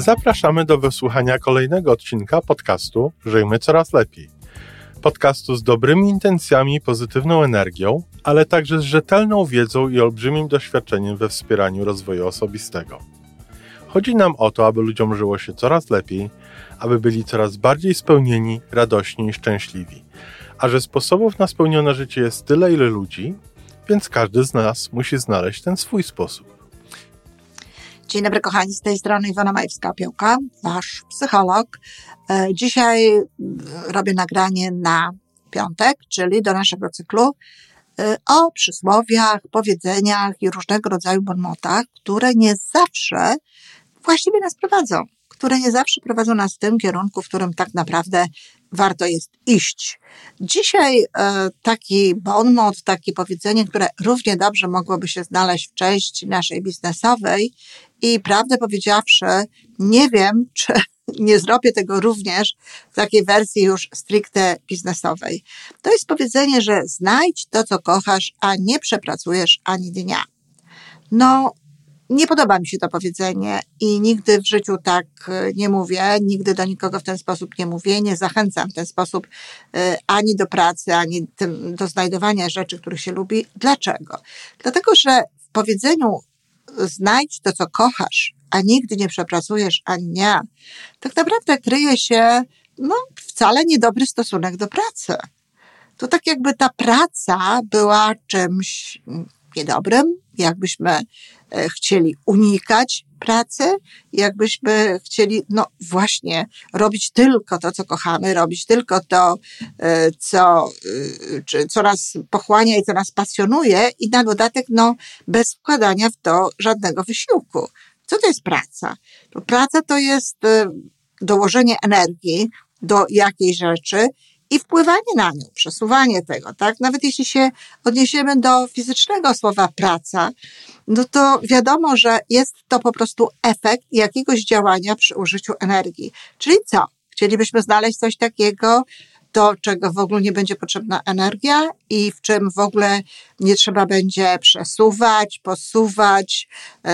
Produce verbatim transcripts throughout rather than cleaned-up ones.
Zapraszamy do wysłuchania kolejnego odcinka podcastu Żyjmy Coraz Lepiej. Podcastu z dobrymi intencjami i pozytywną energią, ale także z rzetelną wiedzą i olbrzymim doświadczeniem we wspieraniu rozwoju osobistego. Chodzi nam o to, aby ludziom żyło się coraz lepiej, aby byli coraz bardziej spełnieni, radośni i szczęśliwi. A że sposobów na spełnione życie jest tyle, ile ludzi, więc każdy z nas musi znaleźć ten swój sposób. Dzień dobry kochani, z tej strony Iwona Majewska-Opiełka, wasz psycholog. Dzisiaj robię nagranie na piątek, czyli do naszego cyklu o przysłowiach, powiedzeniach i różnego rodzaju bonmotach, które nie zawsze właściwie nas prowadzą, które nie zawsze prowadzą nas w tym kierunku, w którym tak naprawdę warto jest iść. Dzisiaj e, taki bonmot, takie powiedzenie, które równie dobrze mogłoby się znaleźć w części naszej biznesowej i prawdę powiedziawszy, nie wiem, czy nie zrobię tego również w takiej wersji już stricte biznesowej. To jest powiedzenie, że znajdź to, co kochasz, a nie przepracujesz ani dnia. No, nie podoba mi się to powiedzenie i nigdy w życiu tak nie mówię, nigdy do nikogo w ten sposób nie mówię, nie zachęcam w ten sposób ani do pracy, ani do znajdowania rzeczy, których się lubi. Dlaczego? Dlatego, że w powiedzeniu znajdź to, co kochasz, a nigdy nie przepracujesz ani dnia, tak naprawdę kryje się no, wcale niedobry stosunek do pracy. To tak jakby ta praca była czymś niedobrym, jakbyśmy chcieli unikać pracy, jakbyśmy chcieli, no właśnie, robić tylko to, co kochamy, robić tylko to, co, czy, co nas pochłania i co nas pasjonuje i na dodatek, no, bez wkładania w to żadnego wysiłku. Co to jest praca? To praca to jest dołożenie energii do jakiejś rzeczy i wpływanie na nią, przesuwanie tego, tak? Nawet jeśli się odniesiemy do fizycznego słowa praca, no to wiadomo, że jest to po prostu efekt jakiegoś działania przy użyciu energii. Czyli co? Chcielibyśmy znaleźć coś takiego, do czego w ogóle nie będzie potrzebna energia i w czym w ogóle nie trzeba będzie przesuwać, posuwać,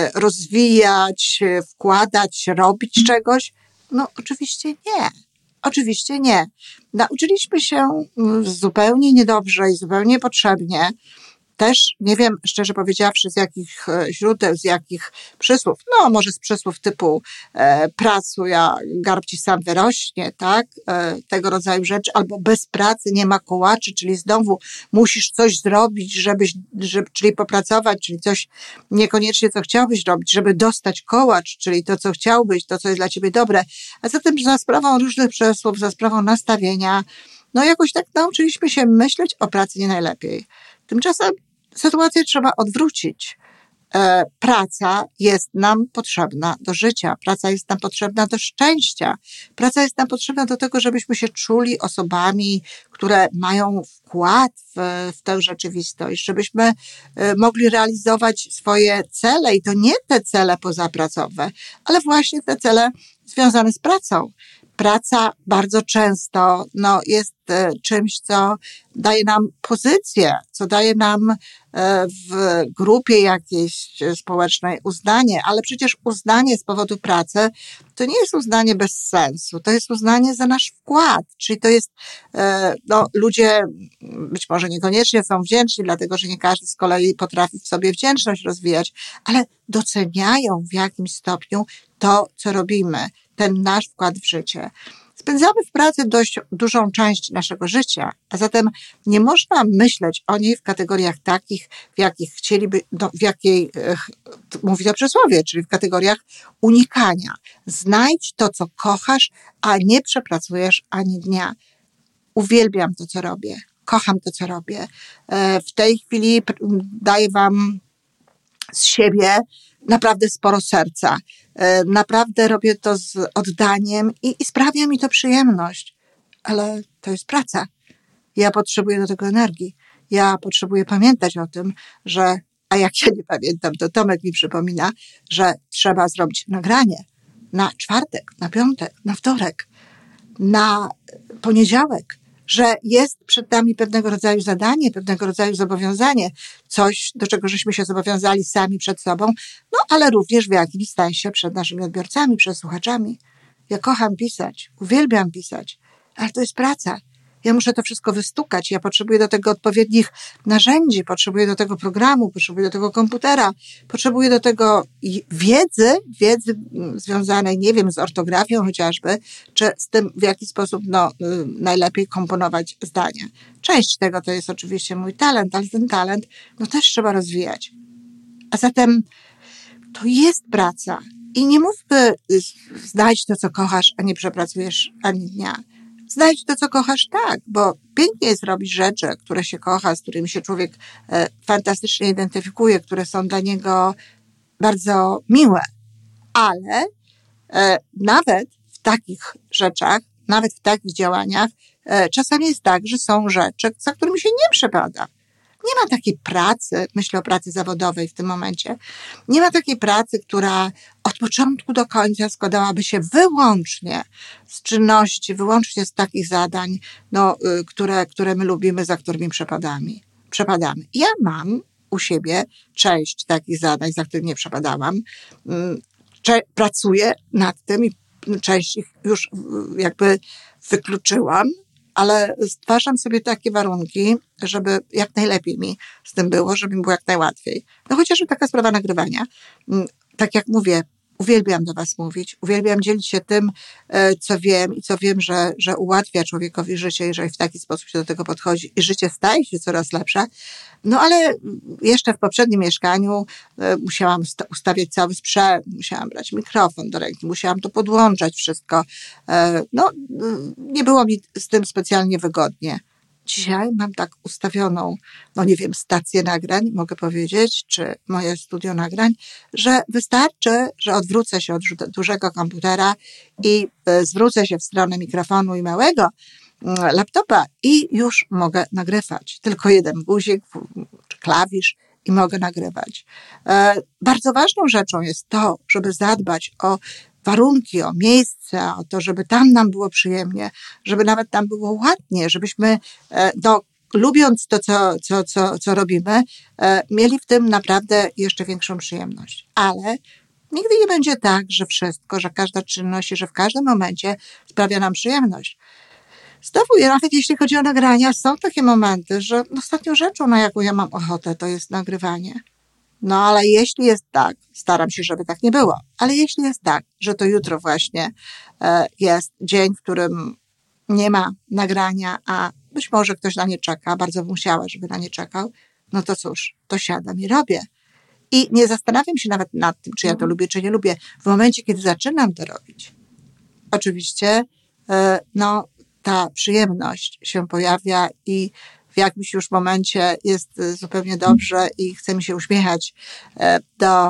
rozwijać, wkładać, robić czegoś? No oczywiście nie. Oczywiście nie. Nauczyliśmy się zupełnie niedobrze i zupełnie potrzebnie. Też nie wiem, szczerze powiedziawszy, z jakich źródeł, z jakich przysłów, no może z przysłów typu e, pracuj, a garb ci sam wyrośnie, tak, e, tego rodzaju rzeczy, albo bez pracy nie ma kołaczy, czyli znowu musisz coś zrobić, żebyś, żeby, czyli popracować, czyli coś niekoniecznie, co chciałbyś robić, żeby dostać kołacz, czyli to, co chciałbyś, to, co jest dla ciebie dobre. A zatem za sprawą różnych przysłów, za sprawą nastawienia, no jakoś tak nauczyliśmy się myśleć o pracy nie najlepiej. Tymczasem sytuację trzeba odwrócić. E, praca jest nam potrzebna do życia. Praca jest nam potrzebna do szczęścia. Praca jest nam potrzebna do tego, żebyśmy się czuli osobami, które mają wkład w, w tę rzeczywistość, żebyśmy e, mogli realizować swoje cele i to nie te cele pozapracowe, ale właśnie te cele związane z pracą. Praca bardzo często no, jest czymś, co daje nam pozycję, co daje nam w grupie jakiejś społecznej uznanie, ale przecież uznanie z powodu pracy to nie jest uznanie bez sensu, to jest uznanie za nasz wkład, czyli to jest, no ludzie być może niekoniecznie są wdzięczni, dlatego że nie każdy z kolei potrafi w sobie wdzięczność rozwijać, ale doceniają w jakimś stopniu to, co robimy, ten nasz wkład w życie. Spędzamy w pracy dość dużą część naszego życia, a zatem nie można myśleć o niej w kategoriach takich, w jakich chcieliby, no, w jakiej e, mówi to przysłowie, czyli w kategoriach unikania. Znajdź to, co kochasz, a nie przepracujesz ani dnia. Uwielbiam to, co robię. Kocham to, co robię. E, w tej chwili daję wam z siebie naprawdę sporo serca. Naprawdę robię to z oddaniem i, i sprawia mi to przyjemność. Ale to jest praca. Ja potrzebuję do tego energii. Ja potrzebuję pamiętać o tym, że, a jak ja nie pamiętam, to Tomek mi przypomina, że trzeba zrobić nagranie na czwartek, na piątek, na wtorek, na poniedziałek, że jest przed nami pewnego rodzaju zadanie, pewnego rodzaju zobowiązanie, coś, do czego żeśmy się zobowiązali sami przed sobą, no ale również w jakimś sensie przed naszymi odbiorcami, przed słuchaczami. Ja kocham pisać, uwielbiam pisać, ale to jest praca. Ja muszę to wszystko wystukać, ja potrzebuję do tego odpowiednich narzędzi, potrzebuję do tego programu, potrzebuję do tego komputera, potrzebuję do tego wiedzy, wiedzy związanej, nie wiem, z ortografią chociażby, czy z tym, w jaki sposób no, najlepiej komponować zdania. Część tego to jest oczywiście mój talent, ale ten talent no, też trzeba rozwijać. A zatem to jest praca. I nie mówmy, znajdź to, co kochasz, a nie przepracujesz ani dnia. Znajdź to, co kochasz, tak, bo pięknie jest robić rzeczy, które się kocha, z którymi się człowiek e, fantastycznie identyfikuje, które są dla niego bardzo miłe. Ale e, nawet w takich rzeczach, nawet w takich działaniach, e, czasami jest tak, że są rzeczy, za którymi się nie przepada. Nie ma takiej pracy, myślę o pracy zawodowej w tym momencie, nie ma takiej pracy, która od początku do końca składałaby się wyłącznie z czynności, wyłącznie z takich zadań, no, które, które my lubimy, za którymi przepadamy. przepadamy. Ja mam u siebie część takich zadań, za którymi nie przepadałam. Pracuję nad tym i część ich już jakby wykluczyłam, ale stwarzam sobie takie warunki, żeby jak najlepiej mi z tym było, żeby mi było jak najłatwiej. No chociażby taka sprawa nagrywania. Tak jak mówię, uwielbiam do was mówić, uwielbiam dzielić się tym, co wiem i co wiem, że, że ułatwia człowiekowi życie, jeżeli w taki sposób się do tego podchodzi i życie staje się coraz lepsze. No ale jeszcze w poprzednim mieszkaniu musiałam ustawiać cały sprzęt, musiałam brać mikrofon do ręki, musiałam to podłączać wszystko. No, nie było mi z tym specjalnie wygodnie. Dzisiaj mam tak ustawioną, no nie wiem, stację nagrań, mogę powiedzieć, czy moje studio nagrań, że wystarczy, że odwrócę się od dużego komputera i zwrócę się w stronę mikrofonu i małego laptopa i już mogę nagrywać. Tylko jeden guzik czy klawisz i mogę nagrywać. Bardzo ważną rzeczą jest to, żeby zadbać o warunki, o miejsce, o to, żeby tam nam było przyjemnie, żeby nawet tam było ładnie, żebyśmy, no, lubiąc to, co, co, co, co robimy, mieli w tym naprawdę jeszcze większą przyjemność. Ale nigdy nie będzie tak, że wszystko, że każda czynność i że w każdym momencie sprawia nam przyjemność. Znowu, nawet jeśli chodzi o nagrania, są takie momenty, że ostatnią rzeczą, na jaką ja mam ochotę, to jest nagrywanie. No ale jeśli jest tak, staram się, żeby tak nie było, ale jeśli jest tak, że to jutro właśnie jest dzień, w którym nie ma nagrania, a być może ktoś na nie czeka, bardzo bym chciała, żeby na nie czekał, no to cóż, to siadam i robię. I nie zastanawiam się nawet nad tym, czy ja to lubię, czy nie lubię. W momencie, kiedy zaczynam to robić, oczywiście, no, ta przyjemność się pojawia i w jakimś już momencie jest zupełnie dobrze i chce mi się uśmiechać do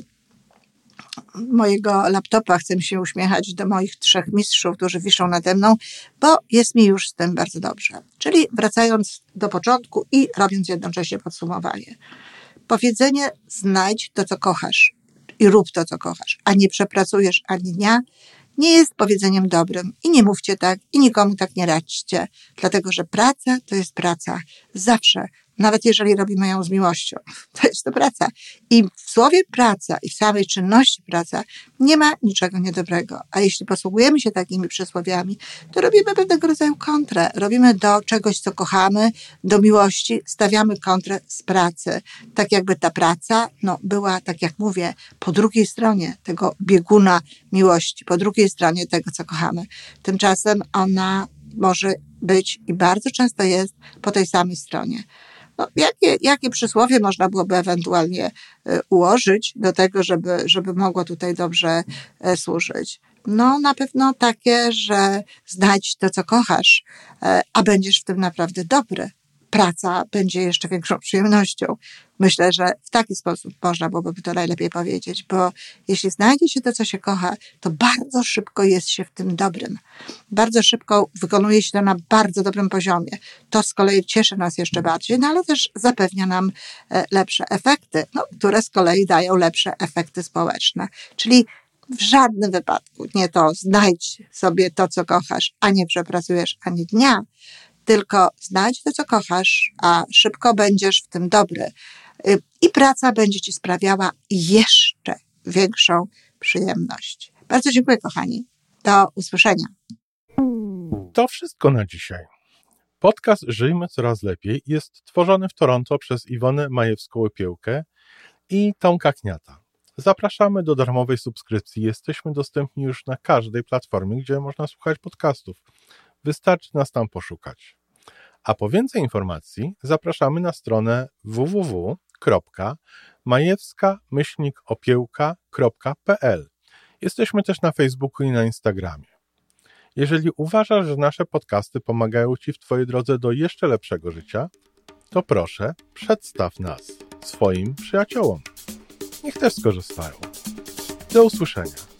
mojego laptopa, chcę mi się uśmiechać do moich trzech mistrzów, którzy wiszą nade mną, bo jest mi już z tym bardzo dobrze. Czyli wracając do początku i robiąc jednocześnie podsumowanie. Powiedzenie: znajdź to, co kochasz i rób to, co kochasz, a nie przepracujesz ani dnia, nie jest powiedzeniem dobrym i nie mówcie tak i nikomu tak nie radźcie, dlatego że praca to jest praca. Zawsze, nawet jeżeli robimy ją z miłością, to jest to praca. I w słowie praca i w samej czynności praca nie ma niczego niedobrego. A jeśli posługujemy się takimi przysłowiami, to robimy pewnego rodzaju kontrę. Robimy do czegoś, co kochamy, do miłości, stawiamy kontrę z pracy. Tak jakby ta praca no, była, tak jak mówię, po drugiej stronie tego bieguna miłości, po drugiej stronie tego, co kochamy. Tymczasem ona może być i bardzo często jest po tej samej stronie. No, jakie, jakie przysłowie można byłoby ewentualnie ułożyć do tego, żeby, żeby mogło tutaj dobrze służyć? No, na pewno takie, że znajdź to, co kochasz, a będziesz w tym naprawdę dobry. Praca będzie jeszcze większą przyjemnością. Myślę, że w taki sposób można byłoby to najlepiej powiedzieć, bo jeśli znajdzie się to, co się kocha, to bardzo szybko jest się w tym dobrym. Bardzo szybko wykonuje się to na bardzo dobrym poziomie. To z kolei cieszy nas jeszcze bardziej, no ale też zapewnia nam lepsze efekty, no, które z kolei dają lepsze efekty społeczne. Czyli w żadnym wypadku nie to znajdź sobie to, co kochasz, a nie przepracujesz ani dnia, tylko znajdź to, co kochasz, a szybko będziesz w tym dobry. I praca będzie ci sprawiała jeszcze większą przyjemność. Bardzo dziękuję, kochani. Do usłyszenia. To wszystko na dzisiaj. Podcast Żyjmy Coraz Lepiej jest tworzony w Toronto przez Iwonę Majewską-Opiełkę i Tomka Kniata. Zapraszamy do darmowej subskrypcji. Jesteśmy dostępni już na każdej platformie, gdzie można słuchać podcastów. Wystarczy nas tam poszukać. A po więcej informacji zapraszamy na stronę w w w kropka majewska myślnik opiełka kropka p l. Jesteśmy też na Facebooku i na Instagramie. Jeżeli uważasz, że nasze podcasty pomagają Ci w Twojej drodze do jeszcze lepszego życia, to proszę, przedstaw nas swoim przyjaciołom. Niech też skorzystają. Do usłyszenia.